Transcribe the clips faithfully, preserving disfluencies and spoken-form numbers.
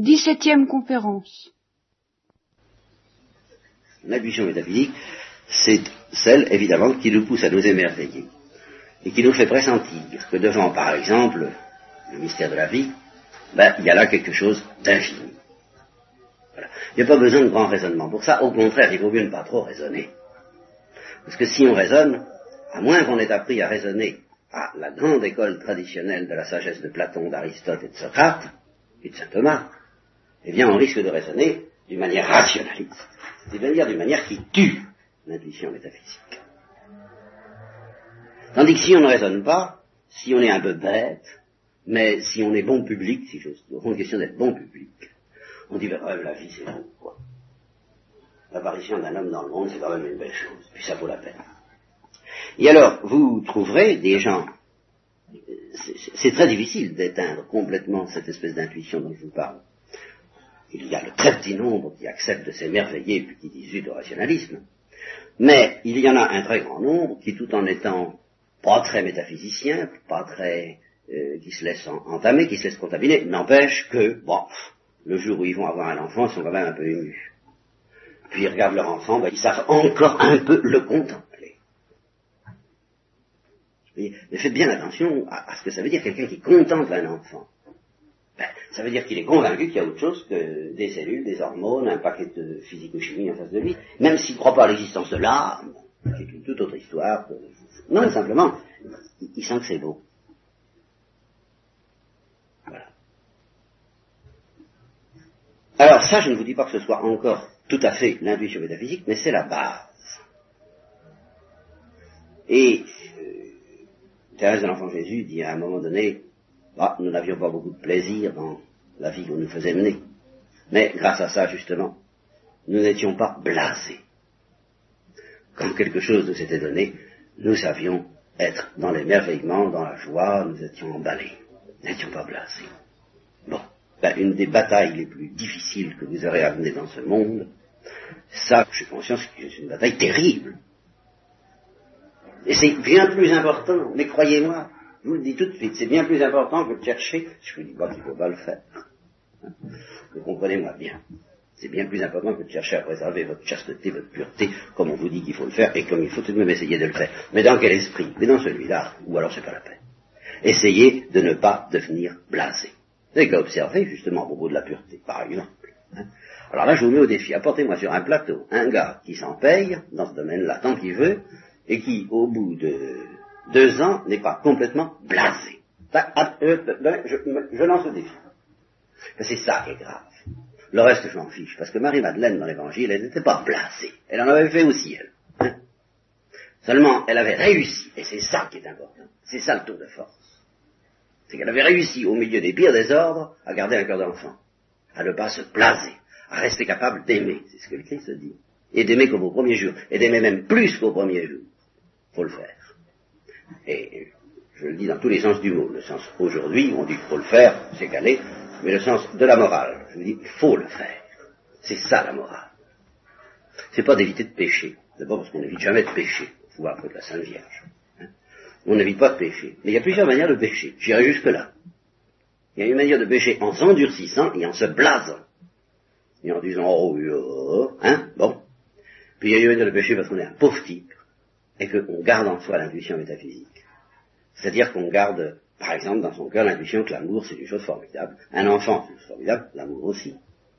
Dix-septième conférence. L'intuition métaphysique, c'est celle, évidemment, qui nous pousse à nous émerveiller et qui nous fait pressentir que devant, par exemple, le mystère de la vie, ben, il y a là quelque chose d'infini. Voilà. Il n'y a pas besoin de grand raisonnement pour ça. Au contraire, il vaut mieux ne pas trop raisonner. Parce que si on raisonne, à moins qu'on ait appris à raisonner à la grande école traditionnelle de la sagesse de Platon, d'Aristote et de Socrate, et de saint Thomas, eh bien on risque de raisonner d'une manière rationaliste, c'est-à-dire d'une manière qui tue l'intuition métaphysique. Tandis que si on ne raisonne pas, si on est un peu bête, mais si on est bon public, si j'ose dire, une question d'être bon public, on dit, ben, la vie c'est beau, quoi. L'apparition d'un homme dans le monde, c'est quand même une belle chose, puis ça vaut la peine. Et alors, vous trouverez des gens, c'est, c'est très difficile d'éteindre complètement cette espèce d'intuition dont je vous parle. Il y a le très petit nombre qui acceptent de s'émerveiller puis qui disent zut au rationalisme, mais il y en a un très grand nombre qui, tout en étant pas très métaphysiciens, pas très, euh, qui se laissent entamer, qui se laissent contaminer, n'empêche que, bon, le jour où ils vont avoir un enfant, ils sont quand même un peu émus. Puis ils regardent leur enfant, ben, ils savent encore un peu le contempler. Mais faites bien attention à, à ce que ça veut dire quelqu'un qui contemple un enfant. Ben, ça veut dire qu'il est convaincu qu'il y a autre chose que des cellules, des hormones, un paquet de physico-chimie en face de lui, même s'il ne croit pas à l'existence de l'âme, c'est une toute autre histoire. Non, simplement, il, il sent que c'est beau. Voilà. Alors ça, je ne vous dis pas que ce soit encore tout à fait l'intuition métaphysique, mais c'est la base. Et euh, Thérèse de l'Enfant Jésus dit à un moment donné, bah, nous n'avions pas beaucoup de plaisir dans la vie qu'on nous faisait mener, mais grâce à ça, justement, nous n'étions pas blasés. Quand quelque chose nous était donné, nous savions être dans l'émerveillement, dans la joie, nous étions emballés, nous n'étions pas blasés. Bon. Ben, une des batailles les plus difficiles que vous aurez à mener dans ce monde, ça, je suis conscient que c'est une bataille terrible. Et c'est bien plus important, mais croyez-moi, je vous le dis tout de suite, c'est bien plus important que de chercher, je vous dis pas qu'il ne faut pas le faire. Hein, mais comprenez-moi bien. C'est bien plus important que de chercher à préserver votre chasteté, votre pureté, comme on vous dit qu'il faut le faire, et comme il faut tout de même essayer de le faire. Mais dans quel esprit? Mais dans celui-là, ou alors c'est pas la peine. Essayez de ne pas devenir blasé. Vous n'avez qu'à observer, justement, au propos de la pureté, par exemple. Hein. Alors là, je vous mets au défi. Apportez-moi sur un plateau un gars qui s'en paye, dans ce domaine-là, tant qu'il veut, et qui, au bout de deux ans, n'est pas complètement blasé. Je, je lance le défi. C'est ça qui est grave. Le reste, je m'en fiche, parce que Marie-Madeleine, dans l'Évangile, elle n'était pas blasée. Elle en avait fait aussi, elle. Hein. Seulement, elle avait réussi, et c'est ça qui est important. C'est ça le tour de force. C'est qu'elle avait réussi, au milieu des pires désordres, à garder un cœur d'enfant, à ne pas se blaser, à rester capable d'aimer, c'est ce que le Christ dit, et d'aimer comme au premier jour, et d'aimer même plus qu'au premier jour. Faut le faire. Et je le dis dans tous les sens du mot, le sens aujourd'hui, on dit qu'il faut le faire, c'est calé, mais le sens de la morale, je vous dis, il faut le faire. C'est ça la morale. C'est pas d'éviter de pécher, d'abord parce qu'on n'évite jamais de pécher, il faut voir un peu de la Sainte Vierge. On n'évite pas de pécher. Mais il y a plusieurs manières de pécher. J'irai jusque-là. Il y a une manière de pécher en s'endurcissant et en se blasant. Et en disant, oh, oh, oh, hein, bon. Puis il y a une manière de pécher parce qu'on est un pauvre type et qu'on garde en soi l'intuition métaphysique. C'est-à-dire qu'on garde, par exemple, dans son cœur l'intuition que l'amour c'est une chose formidable. Un enfant c'est une chose formidable, l'amour aussi.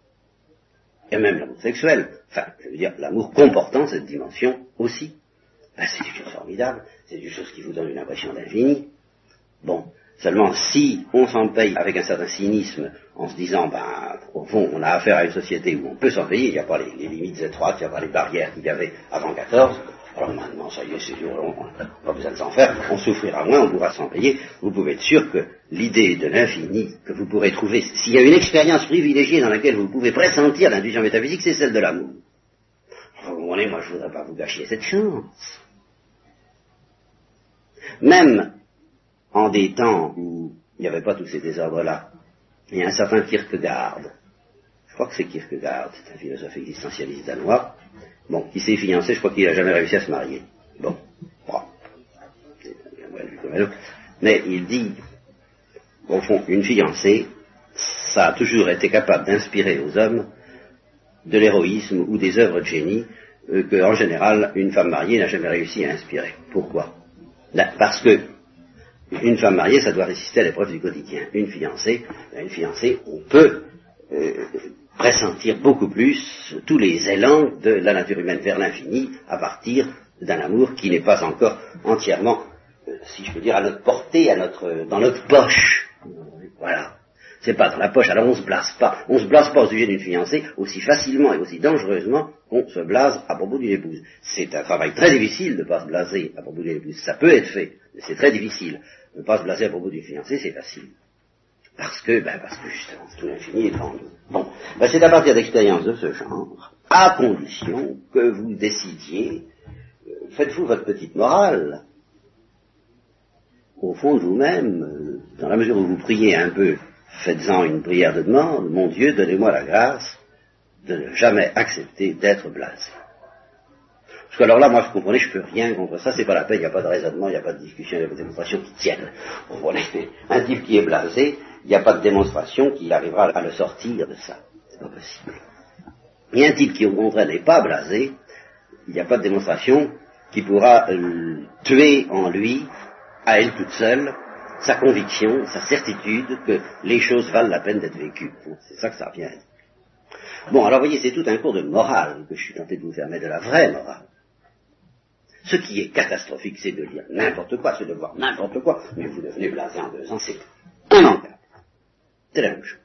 Et même l'amour sexuel. Enfin, je veux dire, l'amour comportant cette dimension aussi. Ben, c'est une chose formidable, c'est une chose qui vous donne une impression d'infini. Bon, seulement si on s'en paye avec un certain cynisme, en se disant, ben, au fond, on a affaire à une société où on peut s'en payer, il n'y a pas les, les limites étroites, il n'y a pas les barrières qu'il y avait avant quatorze, alors maintenant, ça y est, c'est on n'a pas besoin de s'en faire, on souffrira moins, on pourra s'en payer. Vous pouvez être sûr que l'idée de l'infini que vous pourrez trouver, s'il y a une expérience privilégiée dans laquelle vous pouvez pressentir l'intuition métaphysique, c'est celle de l'amour. Vous comprenez, moi je ne voudrais pas vous gâcher cette chance. Même en des temps où il n'y avait pas tous ces désordres-là, il y a un certain Kierkegaard, je crois que c'est Kierkegaard, c'est un philosophe existentialiste danois, bon, qui s'est fiancé, je crois qu'il n'a jamais réussi à se marier. Bon, bon, mais il dit, au fond, une fiancée, ça a toujours été capable d'inspirer aux hommes de l'héroïsme ou des œuvres de génie euh, que, en général, une femme mariée n'a jamais réussi à inspirer. Pourquoi? Là, parce que une femme mariée, ça doit résister à l'épreuve du quotidien. Une fiancée, une fiancée, on peut euh, pressentir beaucoup plus tous les élans de la nature humaine vers l'infini à partir d'un amour qui n'est pas encore entièrement, euh, si je peux dire, à notre portée, à notre, dans notre poche. Voilà. C'est pas dans la poche, alors on se blase pas. On se blase pas au sujet d'une fiancée aussi facilement et aussi dangereusement qu'on se blase à propos d'une épouse. C'est un travail très difficile de ne pas se blaser à propos d'une épouse. Ça peut être fait, mais c'est très difficile. Ne pas se blaser à propos d'une fiancée, c'est facile. Parce que, ben, parce que justement, tout l'infini est devant nous. Bon, ben, c'est à partir d'expériences de ce genre, à condition que vous décidiez, euh, faites-vous votre petite morale, au fond de vous-même, euh, dans la mesure où vous priez un peu, faites-en une prière de demande, mon Dieu, donnez-moi la grâce de ne jamais accepter d'être blasé. Parce que alors là, moi, vous comprenez, je peux rien contre ça, c'est pas la peine, il n'y a pas de raisonnement, il n'y a pas de discussion, il n'y a pas de démonstration qui tienne. Vous comprenez, un type qui est blasé, il n'y a pas de démonstration qui arrivera à le sortir de ça. C'est pas possible. Et un type qui, au contraire, n'est pas blasé, il n'y a pas de démonstration qui pourra euh, tuer en lui, à elle toute seule, sa conviction, sa certitude que les choses valent la peine d'être vécues. C'est ça que ça revient. Bon, alors vous voyez, c'est tout un cours de morale que je suis tenté de vous faire, mais de la vraie morale. Ce qui est catastrophique, c'est de lire n'importe quoi, c'est de voir n'importe quoi, mais vous devenez blasé en deux ans, c'est immanquable. C'est la même chose.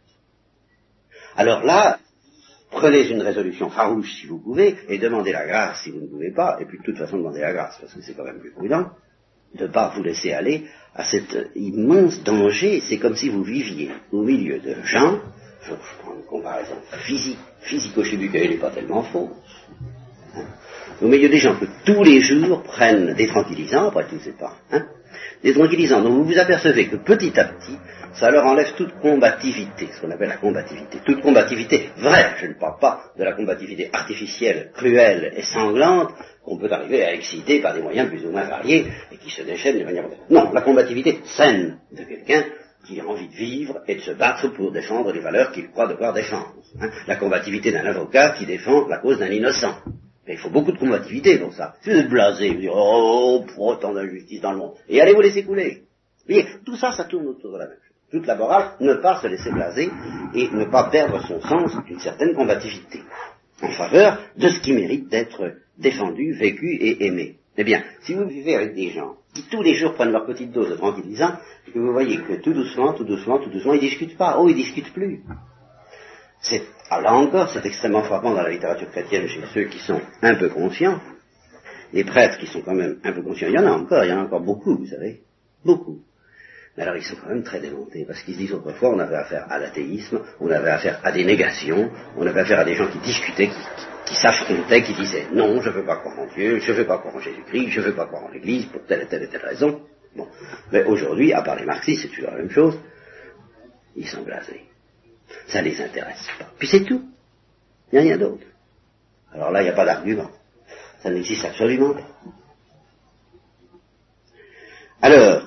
Alors là, prenez une résolution farouche si vous pouvez, et demandez la grâce si vous ne pouvez pas, et puis de toute façon demandez la grâce, parce que c'est quand même plus prudent, de ne pas vous laisser aller à cet immense danger. C'est comme si vous viviez au milieu de gens, je prends une comparaison physique, physico-chimique, elle n'est pas tellement fausse, hein, au milieu des gens que tous les jours prennent des tranquillisants, après tout c'est pas, hein, des tranquillisants dont vous vous apercevez que petit à petit, ça leur enlève toute combativité, ce qu'on appelle la combativité, toute combativité vraie, je ne parle pas de la combativité artificielle, cruelle et sanglante, qu'on peut arriver à exciter par des moyens plus ou moins variés, et qui se déchaînent de manière... Non, la combativité saine de quelqu'un qui a envie de vivre et de se battre pour défendre les valeurs qu'il croit devoir défendre. Hein. La combativité d'un avocat qui défend la cause d'un innocent. Mais il faut beaucoup de combativité pour ça. Si vous êtes blasé, vous dites, oh, pour autant d'injustice dans le monde, et allez vous laisser couler. Vous voyez, tout ça, ça tourne autour de la même chose. Toute la morale, ne pas se laisser blaser et ne pas perdre son sens d'une certaine combativité en faveur de ce qui mérite d'être défendu, vécu et aimé. Eh bien, si vous vivez avec des gens qui tous les jours prennent leur petite dose de tranquillisant, et que vous voyez que tout doucement, tout doucement, tout doucement, ils discutent pas. Oh, ils discutent plus. C'est, ah, là encore, c'est extrêmement frappant dans la littérature chrétienne chez ceux qui sont un peu conscients. Les prêtres qui sont quand même un peu conscients, il y en a encore, il y en a encore beaucoup, vous savez. Beaucoup. Mais alors ils sont quand même très démontés, parce qu'ils se disent autrefois on avait affaire à l'athéisme, on avait affaire à des négations, on avait affaire à des gens qui discutaient, qui, qui, qui s'affrontaient, qui disaient non, je ne veux pas croire en Dieu, je ne veux pas croire en Jésus-Christ, je ne veux pas croire en l'Église, pour telle et telle et telle raison. Bon. Mais aujourd'hui, à part les marxistes, c'est toujours la même chose, ils sont blasés. Ça ne les intéresse pas. Puis c'est tout. Il n'y a rien d'autre. Alors là, il n'y a pas d'argument. Ça n'existe absolument pas. Alors,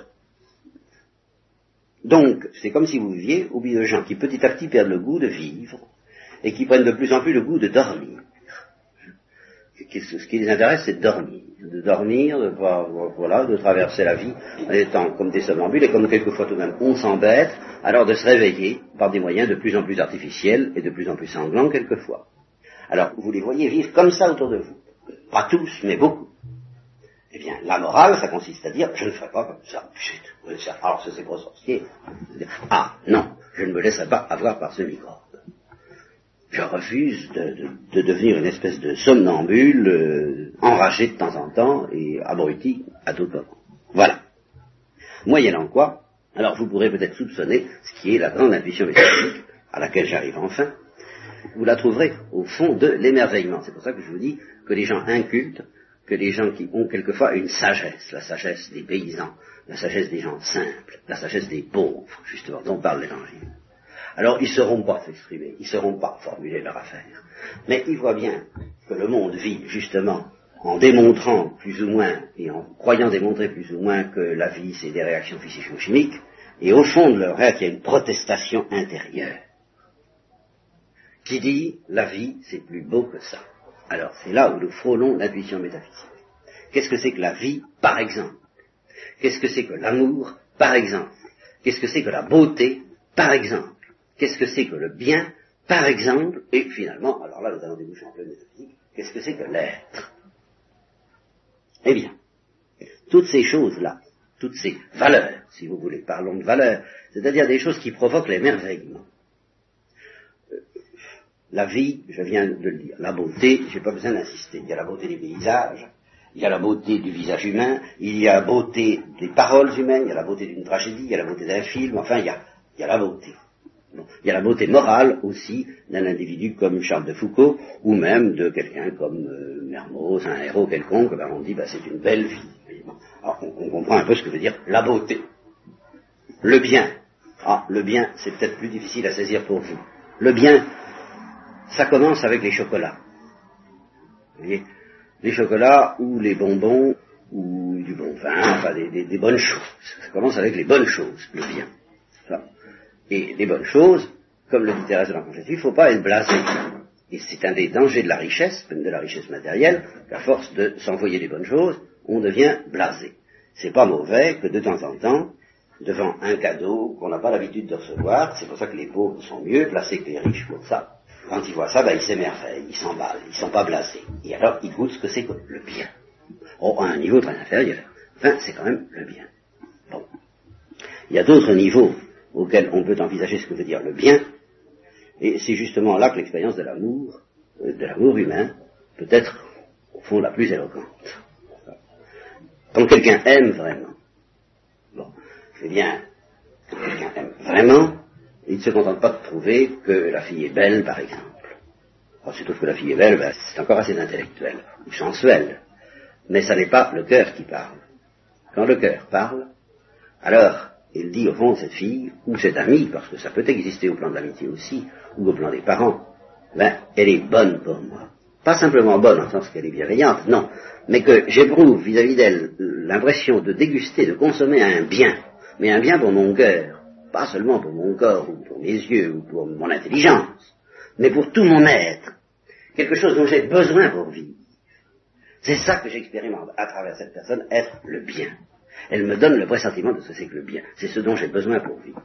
donc, c'est comme si vous viviez au milieu de gens qui petit à petit perdent le goût de vivre et qui prennent de plus en plus le goût de dormir. Ce qui les intéresse, c'est de dormir. De dormir, de, voilà, de traverser la vie en étant comme des somnambules et comme quelquefois tout de même on s'embête, alors de se réveiller par des moyens de plus en plus artificiels et de plus en plus sanglants quelquefois. Alors, vous les voyez vivre comme ça autour de vous. Pas tous, mais beaucoup. Eh bien, la morale, ça consiste à dire, je ne ferai pas comme ça. Alors, ça, c'est gros sorcier. Ah, non, je ne me laisserai pas avoir par ce microbe. Je refuse de, de, de devenir une espèce de somnambule, euh, enragé de temps en temps et abruti à tout moment. Voilà. Moyennant quoi, alors vous pourrez peut-être soupçonner ce qui est la grande intuition métaphysique, à laquelle j'arrive enfin. Vous la trouverez au fond de l'émerveillement. C'est pour ça que je vous dis que les gens incultes, que les gens qui ont quelquefois une sagesse, la sagesse des paysans, la sagesse des gens simples, la sagesse des pauvres, justement, dont parle l'Évangile. Alors, ils ne sauront pas s'exprimer, ils ne sauront pas formuler leur affaire. Mais ils voient bien que le monde vit, justement, en démontrant plus ou moins, et en croyant démontrer plus ou moins que la vie, c'est des réactions physico-chimiques, et au fond de leur être, il y a une protestation intérieure. qui dit la vie c'est plus beau que ça. Alors c'est là où nous frôlons l'intuition métaphysique. Qu'est-ce que c'est que la vie, par exemple? Qu'est-ce que c'est que l'amour, par exemple? Qu'est-ce que c'est que la beauté, par exemple? Qu'est-ce que c'est que le bien, par exemple? Et finalement, alors là nous allons déboucher en pleine métaphysique, qu'est-ce que c'est que l'être? Eh bien, toutes ces choses-là, toutes ces valeurs, si vous voulez, parlons de valeurs, c'est-à-dire des choses qui provoquent l'émerveillement. Euh, la vie, je viens de le dire, la beauté, j'ai pas besoin d'insister, il y a la beauté des paysages, il y a la beauté du visage humain, il y a la beauté des paroles humaines, il y a la beauté d'une tragédie, il y a la beauté d'un film, enfin il y a, il y a la beauté. Bon. Il y a la beauté morale aussi d'un individu comme Charles de Foucault, ou même de quelqu'un comme euh, Mermoz, un héros quelconque, ben on dit ben, c'est une belle vie. Alors on, on comprend un peu ce que veut dire la beauté. Le bien. Ah, le bien, c'est peut-être plus difficile à saisir pour vous. Le bien, ça commence avec les chocolats. Vous voyez, les chocolats ou les bonbons ou du bon vin, enfin des, des, des bonnes choses. Ça commence avec les bonnes choses, le bien. Ça. Et les bonnes choses, comme le dit Thérèse de l'Enfant Jésus, il ne faut pas être blasé. Et c'est un des dangers de la richesse, même de la richesse matérielle, qu'à force de s'envoyer des bonnes choses, on devient blasé. C'est pas mauvais que de temps en temps, devant un cadeau qu'on n'a pas l'habitude de recevoir, c'est pour ça que les pauvres sont mieux placés que les riches pour ça. Quand ils voient ça, ben, ils s'émerveillent, ils s'emballent, ils ne sont pas blasés. Et alors, ils goûtent ce que c'est que le bien. Oh, à un niveau très inférieur. Enfin, c'est quand même le bien. Bon. Il y a d'autres niveaux auxquels on peut envisager ce que veut dire le bien, et c'est justement là que l'expérience de l'amour, euh, de l'amour humain, peut être, au fond, la plus éloquente. Quand quelqu'un aime vraiment, bon, eh bien, quand quelqu'un aime vraiment, il ne se contente pas de trouver que la fille est belle, par exemple. Alors, s'il trouve que la fille est belle, ben, c'est encore assez intellectuel, ou sensuel, mais ça n'est pas le cœur qui parle. Quand le cœur parle, alors, il dit au fond cette fille, ou cette amie, parce que ça peut exister au plan de l'amitié aussi, ou au plan des parents, ben, elle est bonne pour moi. Pas simplement bonne en sens qu'elle est bienveillante, non, mais que j'éprouve vis-à-vis d'elle l'impression de déguster, de consommer un bien, mais un bien pour mon cœur, pas seulement pour mon corps, ou pour mes yeux, ou pour mon intelligence, mais pour tout mon être, quelque chose dont j'ai besoin pour vivre. C'est ça que j'expérimente à travers cette personne, être le bien. Elle me donne le pressentiment de ce que c'est que le bien. C'est ce dont j'ai besoin pour vivre.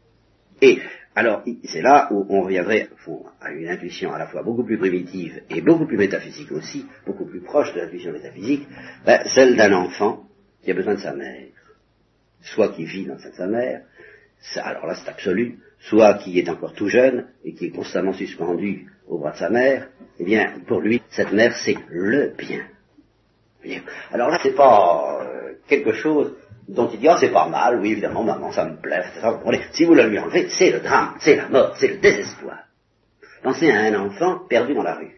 Et alors, c'est là où on reviendrait à une intuition à la fois beaucoup plus primitive et beaucoup plus métaphysique aussi, beaucoup plus proche de l'intuition métaphysique, ben, celle d'un enfant qui a besoin de sa mère. Soit qui vit dans sa mère, ça, alors là c'est absolu, soit qui est encore tout jeune et qui est constamment suspendu au bras de sa mère, eh bien, pour lui, cette mère, c'est le bien. Bien. Alors là, c'est pas euh, quelque chose dont il dit, ah, oh, c'est pas mal, oui, évidemment, maman, ça me plaît, et cetera. Si vous le lui enlevez, c'est le drame, c'est la mort, c'est le désespoir. Pensez à un enfant perdu dans la rue.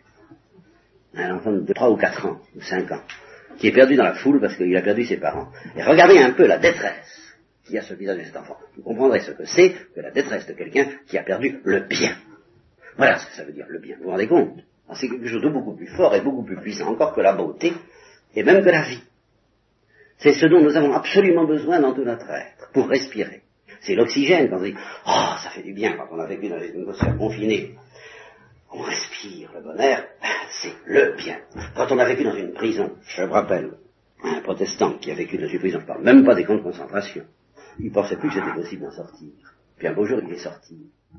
Un enfant de trois ou quatre ans, ou cinq ans, qui est perdu dans la foule parce qu'il a perdu ses parents. Et regardez un peu la détresse qu'il y a sur le visage de cet enfant. Vous comprendrez ce que c'est que la détresse de quelqu'un qui a perdu le bien. Voilà ce que ça veut dire, le bien. Vous vous rendez compte? C'est quelque chose de beaucoup plus fort et beaucoup plus puissant encore que la beauté, et même que la vie. C'est ce dont nous avons absolument besoin dans tout notre être, pour respirer. C'est l'oxygène, quand on dit, oh, ça fait du bien quand on a vécu dans une atmosphère confinée. On respire le bon air, c'est le bien. Quand on a vécu dans une prison, je me rappelle, un protestant qui a vécu dans une prison, je ne parle même pas des camps de concentration, il ne pensait plus que c'était possible d'en sortir. Puis un beau jour, il est sorti.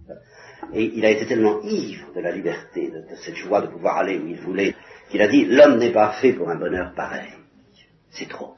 Et il a été tellement ivre de la liberté, de, de cette joie de pouvoir aller où il voulait, qu'il a dit, l'homme n'est pas fait pour un bonheur pareil. C'est trop.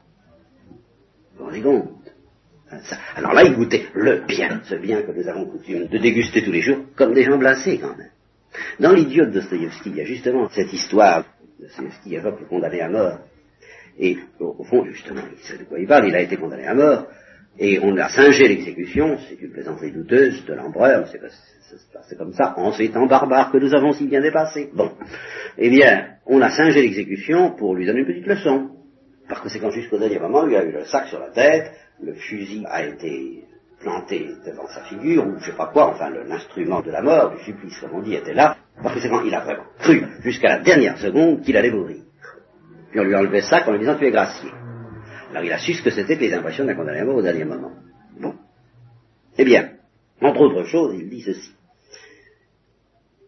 Vous vous rendez compte? Ça. Alors là, il goûtait le bien, ce bien que nous avons coutume de déguster tous les jours, comme des gens blasés quand même. Dans l'Idiot de Dostoïevski, il y a justement cette histoire de Dostoïevski qui évoque le condamné à mort. Et au, au fond, justement, il sait de quoi il parle, il a été condamné à mort, et on a singé l'exécution, c'est une plaisanterie douteuse de l'empereur, c'est, c'est, c'est comme ça, en ces temps barbares que nous avons si bien dépassés. Bon, eh bien, on a singé l'exécution pour lui donner une petite leçon. Par conséquent, jusqu'au dernier moment, il a eu le sac sur la tête, le fusil a été planté devant sa figure, ou je sais pas quoi, enfin le, l'instrument de la mort, du supplice comme on dit, était là. Par conséquent, il a vraiment cru, jusqu'à la dernière seconde, qu'il allait mourir. Puis on lui a enlevé le sac en lui disant, tu es gracié. Alors il a su ce que c'était que les impressions d'un condamné à mort au dernier moment. Bon. Eh bien, entre autres choses, il dit ceci.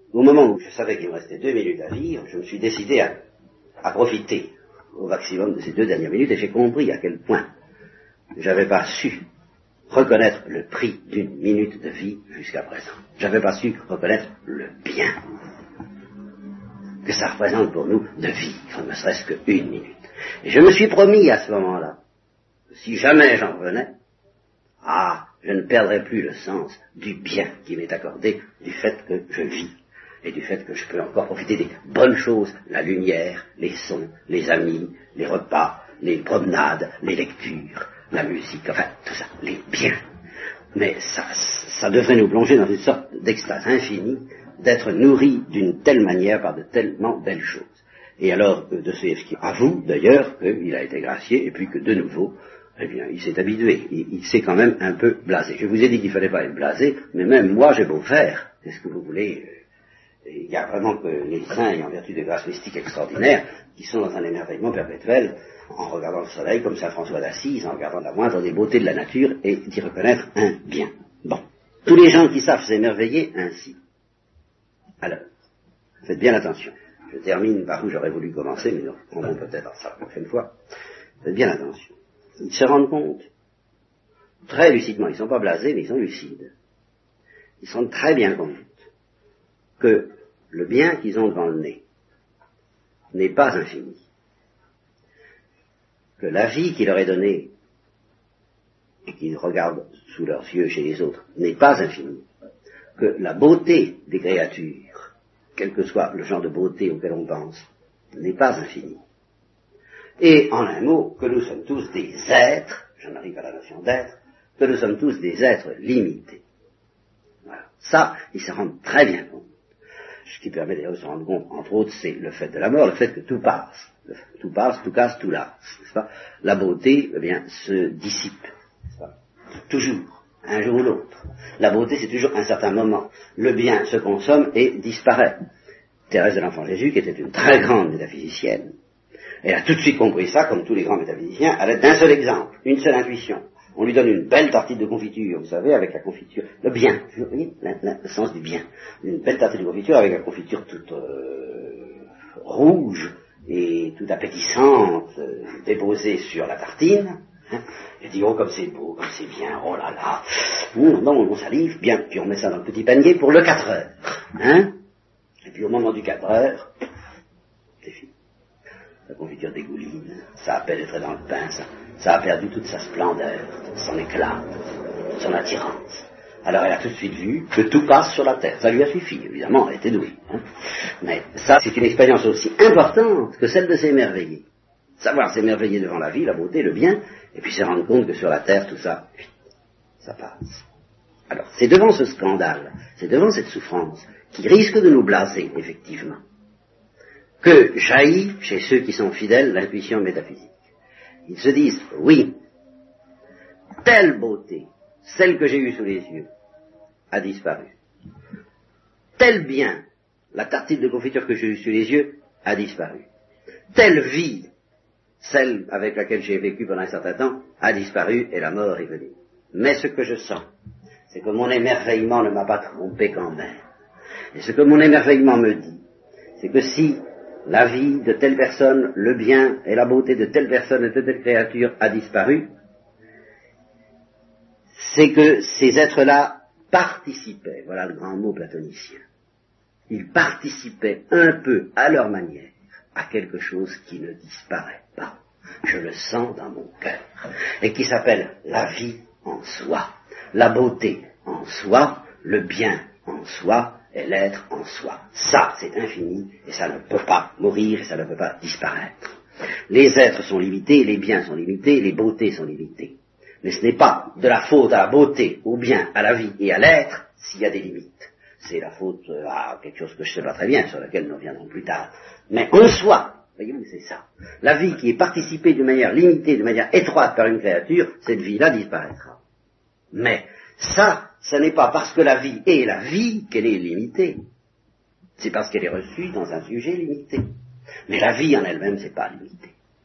au moment où je savais qu'il me restait deux minutes à vivre, je me suis décidé à, à profiter au maximum de ces deux dernières minutes, et j'ai compris à quel point j'avais pas su reconnaître le prix d'une minute de vie jusqu'à présent. J'avais pas su reconnaître le bien que ça représente pour nous de vivre, ne serait-ce qu'une minute. Et je me suis promis à ce moment-là, si jamais j'en revenais, ah, je ne perdrai plus le sens du bien qui m'est accordé du fait que je vis et du fait que je peux encore profiter des bonnes choses, la lumière, les sons, les amis, les repas, les promenades, les lectures, la musique, enfin, tout ça, les biens. Mais ça, ça devrait nous plonger dans une sorte d'extase infinie d'être nourris d'une telle manière par de tellement belles choses. Et alors, Dostoïevski avoue d'ailleurs qu'il a été gracié et puis que de nouveau, eh bien, il s'est habitué. Il, il s'est quand même un peu blasé. Je vous ai dit qu'il ne fallait pas être blasé, mais même moi j'ai beau faire. Qu'est-ce que vous voulez? Il y a vraiment que les saints, en vertu de grâces mystiques extraordinaires, qui sont dans un émerveillement perpétuel, en regardant le soleil comme saint François d'Assise, en regardant la moindre des beautés de la nature, et d'y reconnaître un bien. Bon. Tous les gens qui savent s'émerveiller ainsi. Alors, faites bien attention. Je termine par où j'aurais voulu commencer, mais nous reprendrons peut-être ça la prochaine fois. Faites bien attention. Ils se rendent compte, très lucidement, ils ne sont pas blasés, mais ils sont lucides. Ils se rendent très bien compte que le bien qu'ils ont devant le nez n'est pas infini. Que la vie qui leur est donnée et qu'ils regardent sous leurs yeux chez les autres n'est pas infinie. Que la beauté des créatures, quel que soit le genre de beauté auquel on pense, n'est pas infinie. Et en un mot, que nous sommes tous des êtres, j'en arrive à la notion d'être, que nous sommes tous des êtres limités. Voilà. Ça, ils se rendent très bien compte. Ce qui permet d'ailleurs de se rendre compte, entre autres, c'est le fait de la mort, le fait que tout passe. Tout passe, tout casse, tout lasse, n'est-ce pas? La beauté, eh bien, se dissipe, n'est-ce pas? Toujours, un jour ou l'autre. La beauté, c'est toujours un certain moment. Le bien se consomme et disparaît. Thérèse de l'Enfant Jésus, qui était une très grande métaphysicienne, elle a tout de suite compris ça, comme tous les grands métaphysiciens, à l'aide d'un seul exemple, une seule intuition. On lui donne une belle tartine de confiture, vous savez, avec la confiture, le bien, vous voyez, la, la, le sens du bien. Une belle tartine de confiture avec la confiture toute euh, rouge et toute appétissante, euh, déposée sur la tartine. Hein. Et dit, oh, comme c'est beau, comme c'est bien, oh là là. Mmh, non, on salive, bien, puis on met ça dans le petit panier pour le quatre heures. Hein. Et puis au moment du quatre heures, c'est fini. La confiture dégouline, ça a pénétré dans le pain, ça, ça a perdu toute sa splendeur, son éclat, son attirance. Alors elle a tout de suite vu que tout passe sur la terre. Ça lui a suffi, évidemment, elle était douée. Hein. Mais ça, c'est une expérience aussi importante que celle de s'émerveiller. Savoir s'émerveiller devant la vie, la beauté, le bien, et puis se rendre compte que sur la terre, tout ça, ça passe. Alors, c'est devant ce scandale, c'est devant cette souffrance, qui risque de nous blaser, effectivement, que jaillit chez ceux qui sont fidèles l'intuition métaphysique. Ils se disent, oui, telle beauté, celle que j'ai eue sous les yeux, a disparu. Tel bien, la tartine de confiture que j'ai eue sous les yeux, a disparu. Telle vie, celle avec laquelle j'ai vécu pendant un certain temps, a disparu et la mort est venue. Mais ce que je sens, c'est que mon émerveillement ne m'a pas trompé quand même. Et ce que mon émerveillement me dit, c'est que si la vie de telle personne, le bien et la beauté de telle personne et de telle créature a disparu, c'est que ces êtres-là participaient, voilà le grand mot platonicien, ils participaient un peu à leur manière à quelque chose qui ne disparaît pas, je le sens dans mon cœur, et qui s'appelle la vie en soi, la beauté en soi, le bien en soi, et l'être en soi. Ça, c'est infini, et ça ne peut pas mourir, et ça ne peut pas disparaître. Les êtres sont limités, les biens sont limités, les beautés sont limitées. Mais ce n'est pas de la faute à la beauté, au bien, à la vie et à l'être, s'il y a des limites. C'est la faute à quelque chose que je ne sais pas très bien, sur laquelle nous reviendrons plus tard. Mais en soi, voyez-vous, c'est ça. La vie qui est participée de manière limitée, de manière étroite par une créature, cette vie-là disparaîtra. Mais ça, ce n'est pas parce que la vie est la vie qu'elle est limitée. C'est parce qu'elle est reçue dans un sujet limité. Mais la vie en elle-même, c'est pas limité.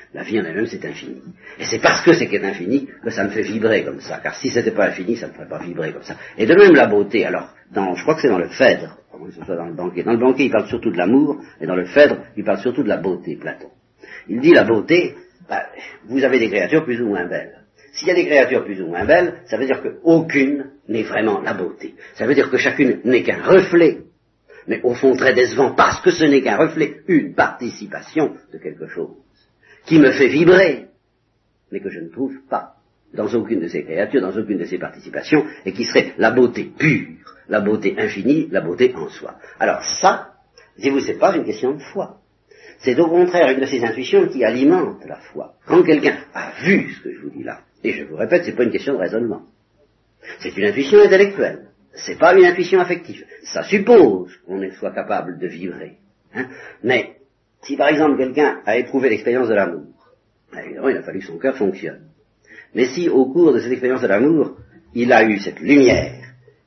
La vie en elle-même, c'est infini. Et c'est parce que c'est qu'elle est infini que ça me fait vibrer comme ça. Car si c'était pas infini, ça ne me ferait pas vibrer comme ça. Et de même la beauté. Alors, dans, je crois que c'est dans le Phèdre, que ce soit dans le banquet. Dans le banquet, il parle surtout de l'amour, et dans le Phèdre, il parle surtout de la beauté, Platon. Il dit la beauté, bah, vous avez des créatures plus ou moins belles. S'il y a des créatures plus ou moins belles, ça veut dire qu'aucune n'est vraiment la beauté. Ça veut dire que chacune n'est qu'un reflet, mais au fond très décevant, parce que ce n'est qu'un reflet, une participation de quelque chose, qui me fait vibrer, mais que je ne trouve pas dans aucune de ces créatures, dans aucune de ces participations, et qui serait la beauté pure, la beauté infinie, la beauté en soi. Alors ça, dis-vous, c'est pas une question de foi. C'est au contraire une de ces intuitions qui alimente la foi. Quand quelqu'un a vu ce que je vous dis là, et je vous répète, c'est pas une question de raisonnement, c'est une intuition intellectuelle, c'est pas une intuition affective. Ça suppose qu'on soit capable de vibrer. Hein. Mais si par exemple quelqu'un a éprouvé l'expérience de l'amour, évidemment il a fallu que son cœur fonctionne. Mais si au cours de cette expérience de l'amour, il a eu cette lumière,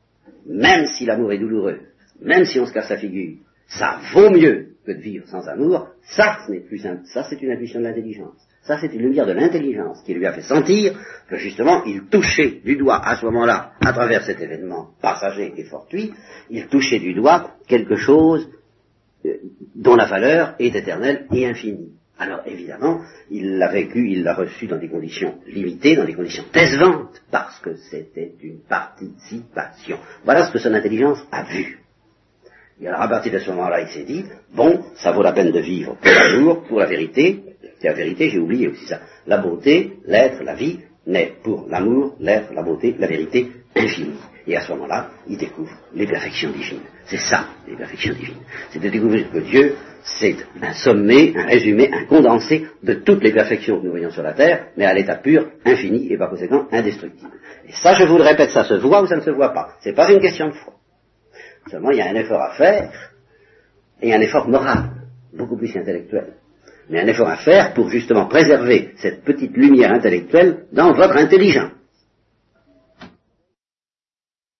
même si l'amour est douloureux, même si on se casse la figure, ça vaut mieux que de vivre sans amour, ça, ce n'est plus un, ça c'est une intuition de l'intelligence. Ça c'est une lumière de l'intelligence qui lui a fait sentir que justement il touchait du doigt à ce moment-là, à travers cet événement passager et fortuit, il touchait du doigt quelque chose euh, dont la valeur est éternelle et infinie. Alors évidemment, il l'a vécu, il l'a reçu dans des conditions limitées, dans des conditions décevantes, parce que c'était une participation. Voilà ce que son intelligence a vu. Et alors à partir de ce moment-là, il s'est dit, bon, ça vaut la peine de vivre pour l'amour, pour la vérité. C'est la vérité, j'ai oublié aussi ça. La beauté, l'être, la vie, naît pour l'amour, l'être, la beauté, la vérité infinie. Et à ce moment-là, il découvre les perfections divines. C'est ça, les perfections divines. C'est de découvrir que Dieu, c'est un sommet, un résumé, un condensé de toutes les perfections que nous voyons sur la terre, mais à l'état pur, infini et par conséquent indestructible. Et ça, je vous le répète, ça se voit ou ça ne se voit pas. C'est pas une question de foi. Seulement, il y a un effort à faire, et un effort moral, beaucoup plus qu'intellectuel. Mais un effort à faire pour justement préserver cette petite lumière intellectuelle dans votre intelligence.